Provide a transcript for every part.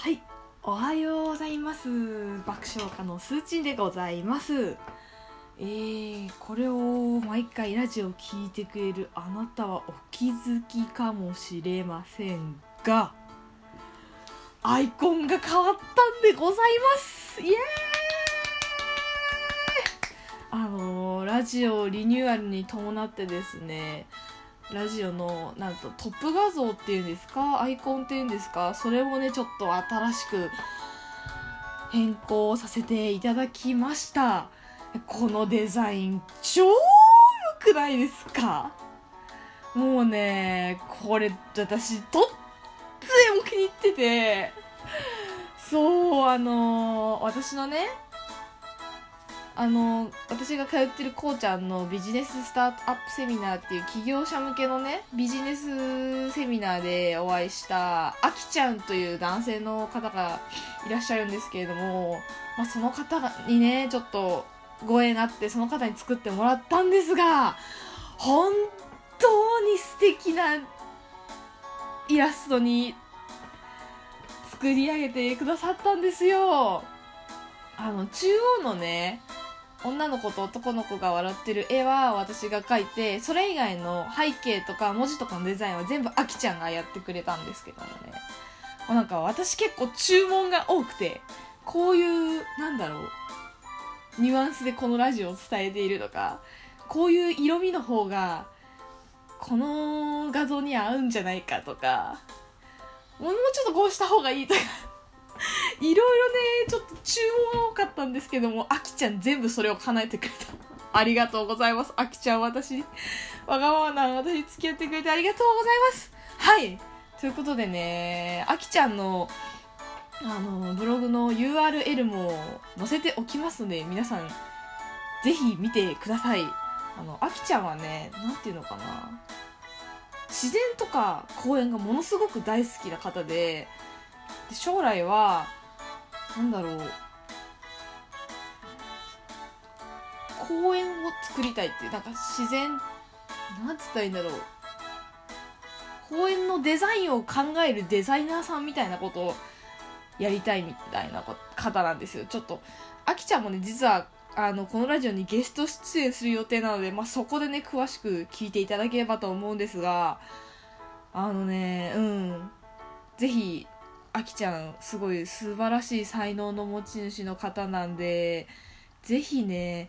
はい、おはようございます。爆笑家のすーちんでございます。これを毎回ラジオを聞いてくれるあなたはお気づきかもしれませんが、アイコンが変わったんでございます。イエーイ。ラジオリニューアルに伴ってですね、ラジオのなんとトップ画像っていうんですか、アイコンっていうんですか、それもねちょっと新しく変更させていただきました。このデザイン超良くないですか？もうね、これ私とっても気に入ってて、そう私のね、私が通ってるこうちゃんのビジネススタートアップセミナーっていう企業者向けのねビジネスセミナーでお会いしたあきちゃんという男性の方がいらっしゃるんですけれども、その方にねちょっとご縁あってその方に作ってもらったんですが、本当に素敵なイラストに作り上げてくださったんですよ。中央のね女の子と男の子が笑ってる絵は私が描いて、それ以外の背景とか文字とかのデザインは全部あきちゃんがやってくれたんですけどもね、なんか私結構注文が多くて、こういうニュアンスでこのラジオを伝えているとか、こういう色味の方がこの画像に合うんじゃないかとか、もうちょっとこうした方がいいとかいろいろねちょっと注文が多かったんですけども、あきちゃん全部それを叶えてくれた。ありがとうございます。あきちゃん、わがままな私付き合ってくれてありがとうございます。はい、ということでね、あきちゃんのブログの URL も載せておきますので、皆さんぜひ見てください。あきちゃんはね、なんていうのかな、自然とか公園がものすごく大好きな方で、将来は公園を作りたいっていう、自然、なんつったらいいんだろう、公園のデザインを考えるデザイナーさんみたいなことをやりたいみたいな方なんですよ。ちょっとあきちゃんもね実はこのラジオにゲスト出演する予定なので、そこでね詳しく聞いていただければと思うんですが、ぜひあきちゃんすごい素晴らしい才能の持ち主の方なんで、ぜひね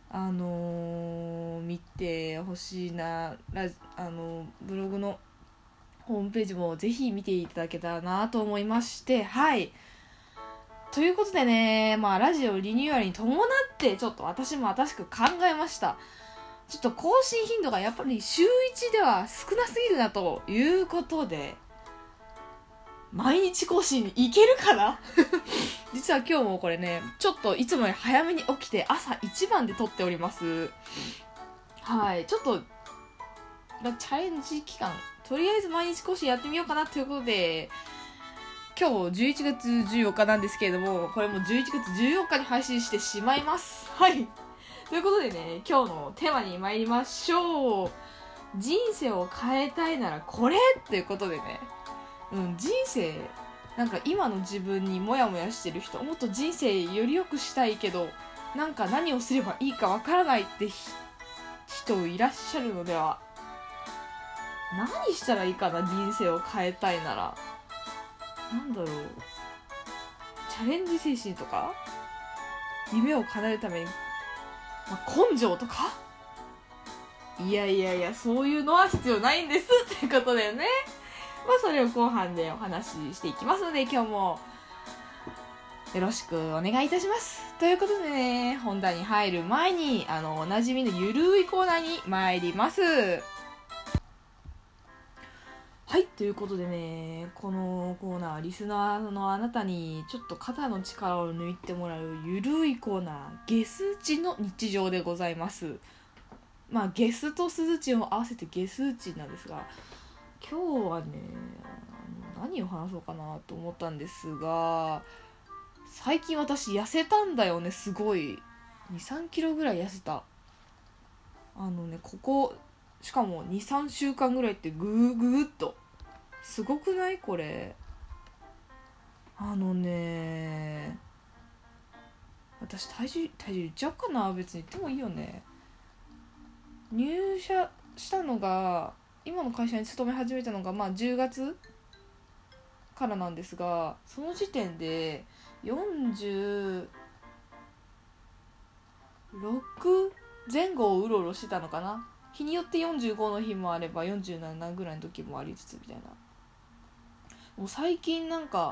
見てほしいな。ブログのホームページもぜひ見ていただけたらなと思いまして、はい、ということでね、ラジオリニューアルに伴ってちょっと私も新しく考えました。ちょっと更新頻度がやっぱり週1では少なすぎるなということで、毎日更新に行けるかな実は今日もこれねちょっといつもより早めに起きて朝一番で撮っております。はい、ちょっとチャレンジ期間、とりあえず毎日更新やってみようかなということで、今日11月14日なんですけれども、これも11月14日に配信してしまいます。はい、ということでね、今日のテーマに参りましょう。人生を変えたいならこれということでね、人生今の自分にモヤモヤしてる人、もっと人生より良くしたいけど何をすればいいかわからないって人いらっしゃるのでは。何したらいいかな、人生を変えたいなら。チャレンジ精神とか夢を叶えるために、根性とか、いやそういうのは必要ないんですっていうことだよね。それを後半でお話ししていきますので、今日もよろしくお願いいたします。ということでね、本題に入る前におなじみのゆるいコーナーに参ります。はい、ということでね、このコーナーはリスナーのあなたにちょっと肩の力を抜いてもらうゆるいコーナー、ゲスチの日常でございます。ゲスとスズチンを合わせてゲスチンなんですが、今日はね何を話そうかなと思ったんですが、最近私痩せたんだよね。すごい 2,3 キロぐらい痩せた。ここしかも 2,3 週間ぐらいってぐーっとすごくないこれ。 私体重言っちゃうかな。別に言ってもいいよね。入社したのが、今の会社に勤め始めたのが10月からなんですが、その時点で46前後をうろうろしてたのかな。日によって45の日もあれば47ぐらいの時もありつつみたいな。もう最近なんか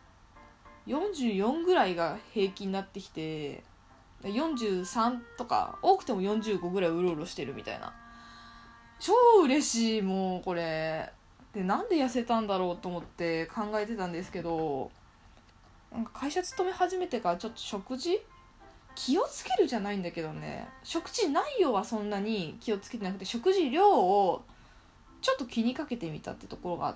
44ぐらいが平均になってきて、43とか多くても45ぐらいうろうろしてるみたいな。超嬉しい。もうこれで、なんで痩せたんだろうと思って考えてたんですけど、なんか会社勤め始めてからちょっと食事気をつけるじゃないんだけどね、食事内容はそんなに気をつけてなくて、食事量をちょっと気にかけてみたってところがあって、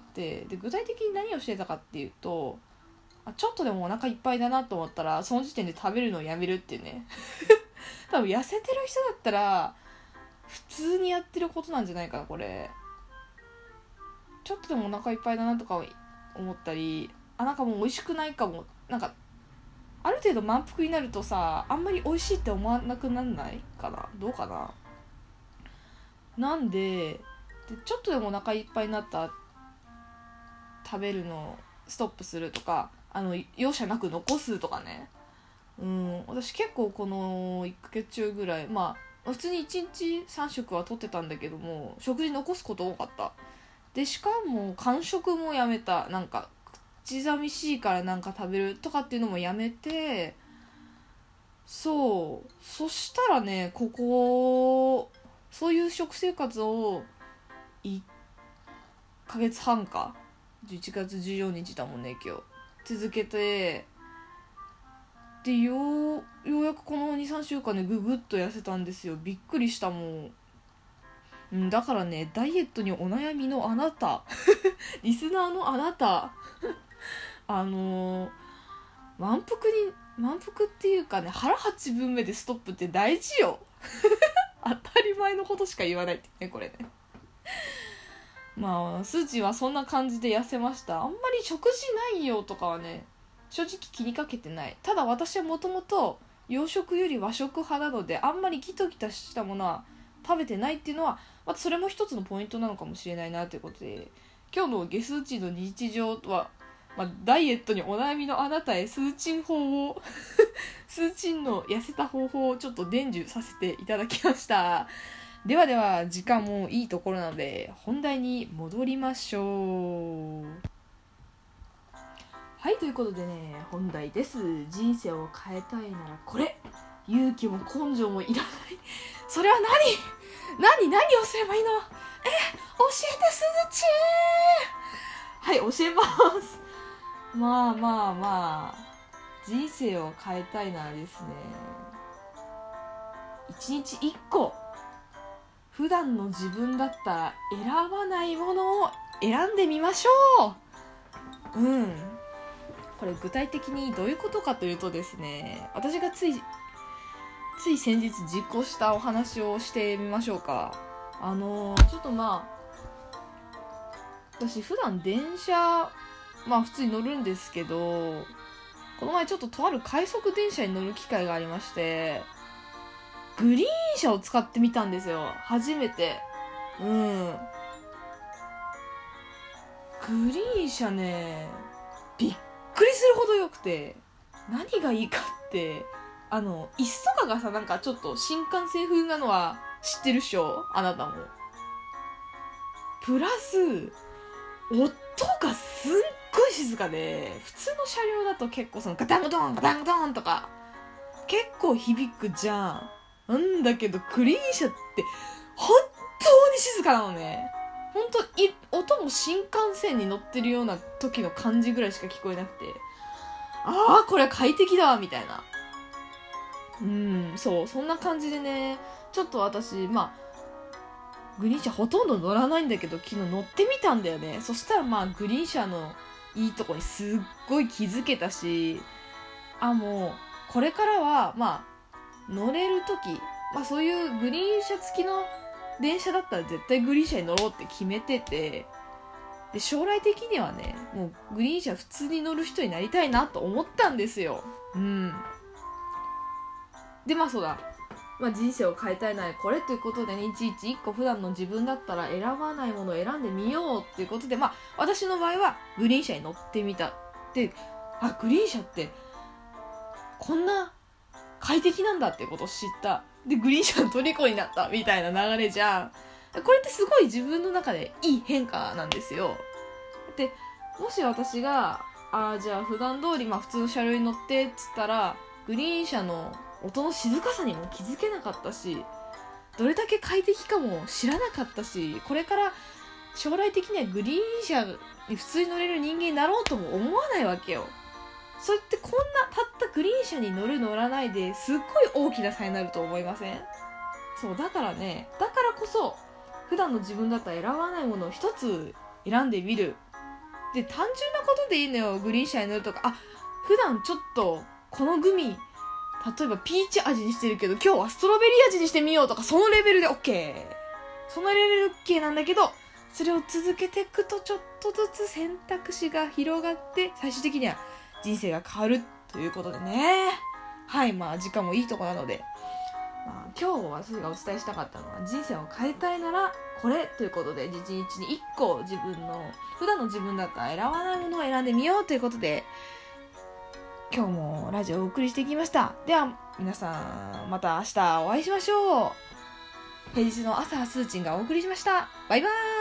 で具体的に何をしてたかっていうと、ちょっとでもお腹いっぱいだなと思ったらその時点で食べるのをやめるっていうね多分痩せてる人だったら普通にやってることなんじゃないかなこれ。ちょっとでもお腹いっぱいだなとか思ったり、なんかもう美味しくないかも、なんかある程度満腹になるとさ、あんまり美味しいって思わなくなんないかな。どうかな。なんでちょっとでもお腹いっぱいになったら食べるのをストップするとか、容赦なく残すとかね。私結構この1ヶ月中ぐらい、普通に1日3食はとってたんだけども、食事残すこと多かった。でしかも間食もやめた。なんか口寂しいからなんか食べるとかっていうのもやめて、そしたらね、そういう食生活を1ヶ月半か、11月14日だもんね今日、続けて、でようやくこの 2,3 週間でググッと痩せたんですよ。びっくりしたもん。だからね、ダイエットにお悩みのあなたリスナーのあなた満腹っていうかね、腹8分目でストップって大事よ当たり前のことしか言わないってね、これね。数値はそんな感じで痩せました。あんまり食事内容とかはね、正直気にかけてない。ただ私はもともと洋食より和食派なので、あんまりギトギトしたものは食べてないっていうのは、またそれも一つのポイントなのかもしれないなということで、今日のゲス値の日常は、ダイエットにお悩みのあなたへ数値法を数値の痩せた方法をちょっと伝授させていただきました。では時間もいいところなので本題に戻りましょう。はい、ということでね、本題です。人生を変えたいならこれ。勇気も根性もいらないそれは何をすればいいの？教えてすずちー。はい、教えます。人生を変えたいならですね、1日1個普段の自分だったら選ばないものを選んでみましょう。これ具体的にどういうことかというとですね、私がつい先日実行したお話をしてみましょうか。ちょっと私普段電車普通に乗るんですけど、この前ちょっととある快速電車に乗る機会がありまして、グリーン車を使ってみたんですよ、初めて。グリーン車ね、びっくりするほど良くて、何がいいかって椅子とかがさ、なんかちょっと新幹線風なのは知ってるっしょ、あなたも。プラス音がすっごい静かで、普通の車両だと結構そのガタンゴトンガタンゴトンとか結構響くじゃん。なんだけどグリーン車って本当に静かなのね。本当音も新幹線に乗ってるような時の感じぐらいしか聞こえなくて、これ快適だわみたいな。そんな感じでね、ちょっと私グリーン車ほとんど乗らないんだけど、昨日乗ってみたんだよね。そしたらグリーン車のいいとこにすっごい気づけたし、もうこれからは乗れるとき、そういうグリーン車付きの電車だったら絶対グリーン車に乗ろうって決めてて、 で将来的にはね、もうグリーン車普通に乗る人になりたいなと思ったんですよ。でそうだ、人生を変えたいならこれということでね、いちいち1個普段の自分だったら選ばないものを選んでみようっていうことで、私の場合はグリーン車に乗ってみた。で、グリーン車ってこんな快適なんだっていうことを知った。で、グリーン車の虜になったみたいな流れじゃん。これってすごい自分の中でいい変化なんですよ。で、もし私がじゃあ普段通り普通の車両に乗ってっつったら、グリーン車の音の静かさにも気づけなかったし、どれだけ快適かも知らなかったし、これから将来的にはグリーン車に普通に乗れる人間になろうとも思わないわけよ。それってこんなたったグリーン車に乗る乗らないですっごい大きな差になると思いません？そうだからこそ普段の自分だったら選ばないものを一つ選んでみる。で、単純なことでいいのよ。グリーン車に乗るとか、普段ちょっとこのグミ例えばピーチ味にしてるけど今日はストロベリー味にしてみようとか、そのレベルで OK。 そのレベル OK なんだけど、それを続けていくとちょっとずつ選択肢が広がって最終的には人生が変わるということでね。はい、時間もいいとこなので、今日私がお伝えしたかったのは、人生を変えたいならこれということで、一日に1個自分の普段の自分だったら選ばないものを選んでみようということで、今日もラジオをお送りしてきました。では皆さん、また明日お会いしましょう。平日の朝スーチンがお送りしました。バイバーイ。